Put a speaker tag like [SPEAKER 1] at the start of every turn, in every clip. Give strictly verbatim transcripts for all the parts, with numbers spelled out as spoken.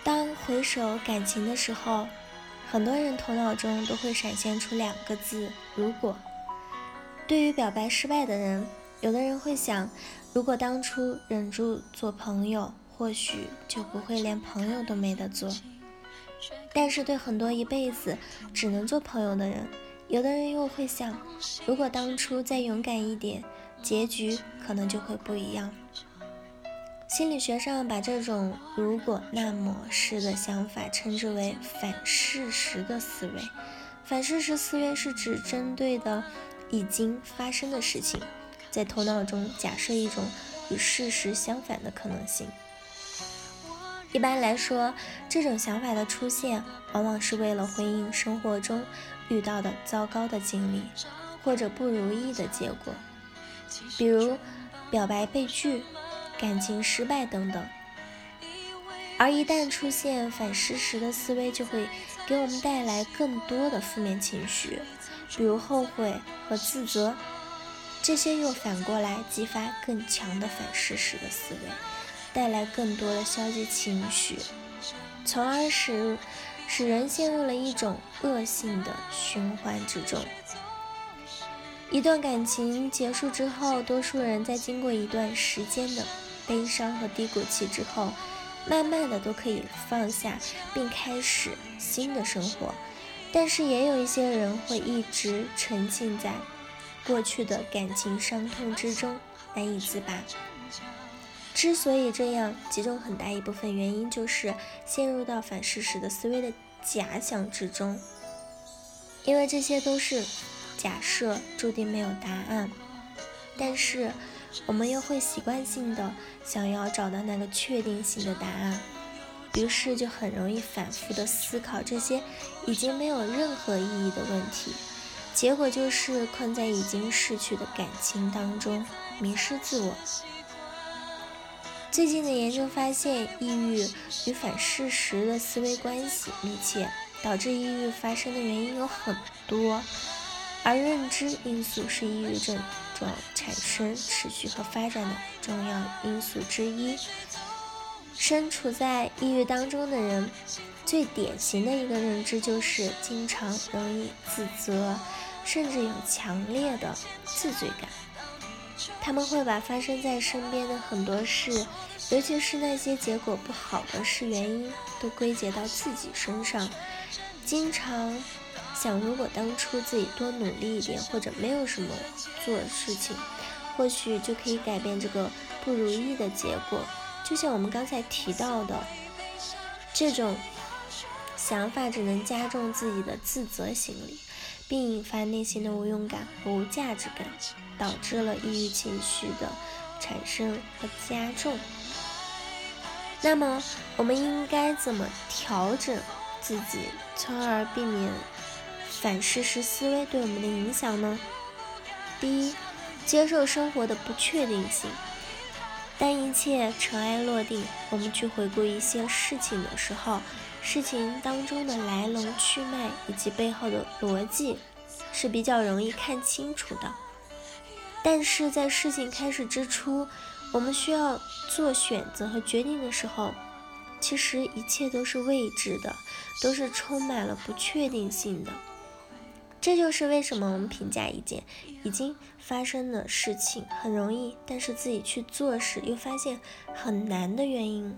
[SPEAKER 1] 当回首感情的时候，很多人头脑中都会闪现出两个字：如果。对于表白失败的人，有的人会想，如果当初忍住做朋友，或许就不会连朋友都没得做。但是对很多一辈子只能做朋友的人，有的人又会想，如果当初再勇敢一点，结局可能就会不一样。心理学上把这种如果那么式的想法称之为反事实的思维。反事实思维是指针对的已经发生的事情，在头脑中假设一种与事实相反的可能性。一般来说，这种想法的出现往往是为了回应生活中遇到的糟糕的经历或者不如意的结果，比如表白被拒、感情失败等等。而一旦出现反事实的思维，就会给我们带来更多的负面情绪，比如后悔和自责，这些又反过来激发更强的反事实的思维，带来更多的消极情绪，从而使使人陷入了一种恶性的循环之中。一段感情结束之后，多数人在经过一段时间的悲伤和低谷期之后，慢慢的都可以放下并开始新的生活。但是也有一些人会一直沉浸在过去的感情伤痛之中，难以自拔。之所以这样，其中很大一部分原因就是陷入到反事实的思维的假想之中，因为这些都是假设，注定没有答案。但是我们又会习惯性的想要找到那个确定性的答案，于是就很容易反复的思考这些已经没有任何意义的问题，结果就是困在已经逝去的感情当中，迷失自我。最近的研究发现，抑郁与反事实的思维关系密切，导致抑郁发生的原因有很多，而认知因素是抑郁症状产生、持续和发展的重要因素之一。身处在抑郁当中的人，最典型的一个认知就是经常容易自责，甚至有强烈的自罪感。他们会把发生在身边的很多事，尤其是那些结果不好的事原因，都归结到自己身上。经常想，如果当初自己多努力一点，或者没有什么做事情，或许就可以改变这个不如意的结果。就像我们刚才提到的，这种想法只能加重自己的自责心理，并引发内心的无用感和无价值感，导致了抑郁情绪的产生和加重。那么我们应该怎么调整自己，从而避免反事实思维对我们的影响呢？第一，接受生活的不确定性。当一切尘埃落定，我们去回顾一些事情的时候，事情当中的来龙去脉以及背后的逻辑是比较容易看清楚的。但是在事情开始之初，我们需要做选择和决定的时候，其实一切都是未知的，都是充满了不确定性的。这就是为什么我们评价一件已经发生的事情很容易，但是自己去做时又发现很难的原因。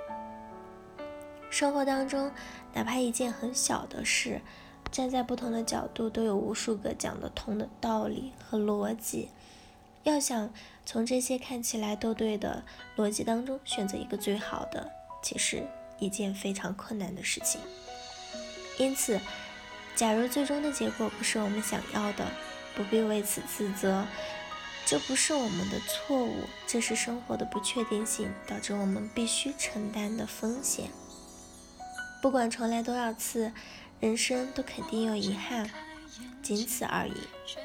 [SPEAKER 1] 生活当中，哪怕一件很小的事，站在不同的角度都有无数个讲得通的道理和逻辑。要想从这些看起来都对的逻辑当中选择一个最好的，其实一件非常困难的事情。因此假如最终的结果不是我们想要的，不必为此自责，这不是我们的错误，这是生活的不确定性导致我们必须承担的风险。不管重来多少次，人生都肯定有遗憾，仅此而已。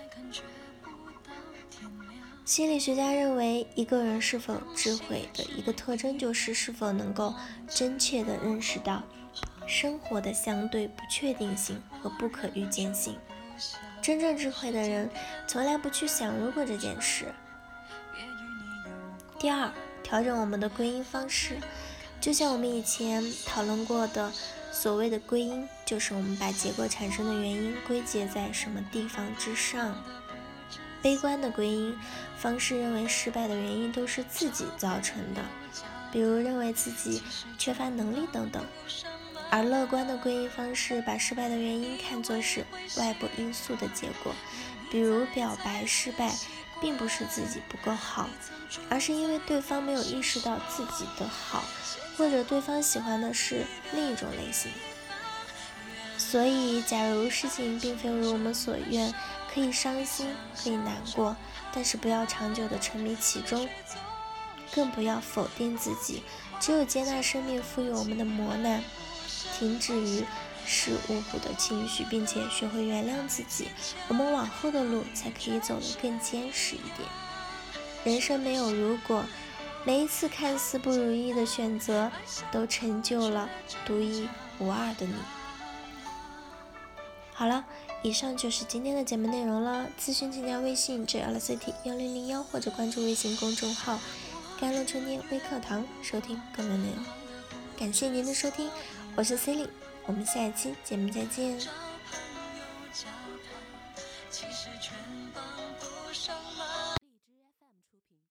[SPEAKER 1] 心理学家认为，一个人是否智慧的一个特征就是是否能够真切地认识到生活的相对不确定性和不可预见性。真正智慧的人从来不去想如果这件事。第二，调整我们的归因方式， 就像我们以前讨论过的，所谓的归因，就是我们把结果产生的原因归结在什么地方之上。悲观的归因方式认为失败的原因都是自己造成的，比如认为自己缺乏能力等等。而乐观的归因方式把失败的原因看作是外部因素的结果，比如表白失败并不是自己不够好，而是因为对方没有意识到自己的好，或者对方喜欢的是另一种类型。所以假如事情并非如我们所愿，可以伤心，可以难过，但是不要长久的沉迷其中，更不要否定自己。只有接纳生命赋予我们的磨难，停止于事无补的情绪，并且学会原谅自己，我们往后的路才可以走得更坚实一点。人生没有如果，每一次看似不如意的选择都成就了独一无二的你。好了，以上就是今天的节目内容了。咨询请加微信 J L C T 一零零一，或者关注微信公众号甘露春天微课堂，收听更多内容。感谢您的收听，我是 Celine， 我们下一期节目再见。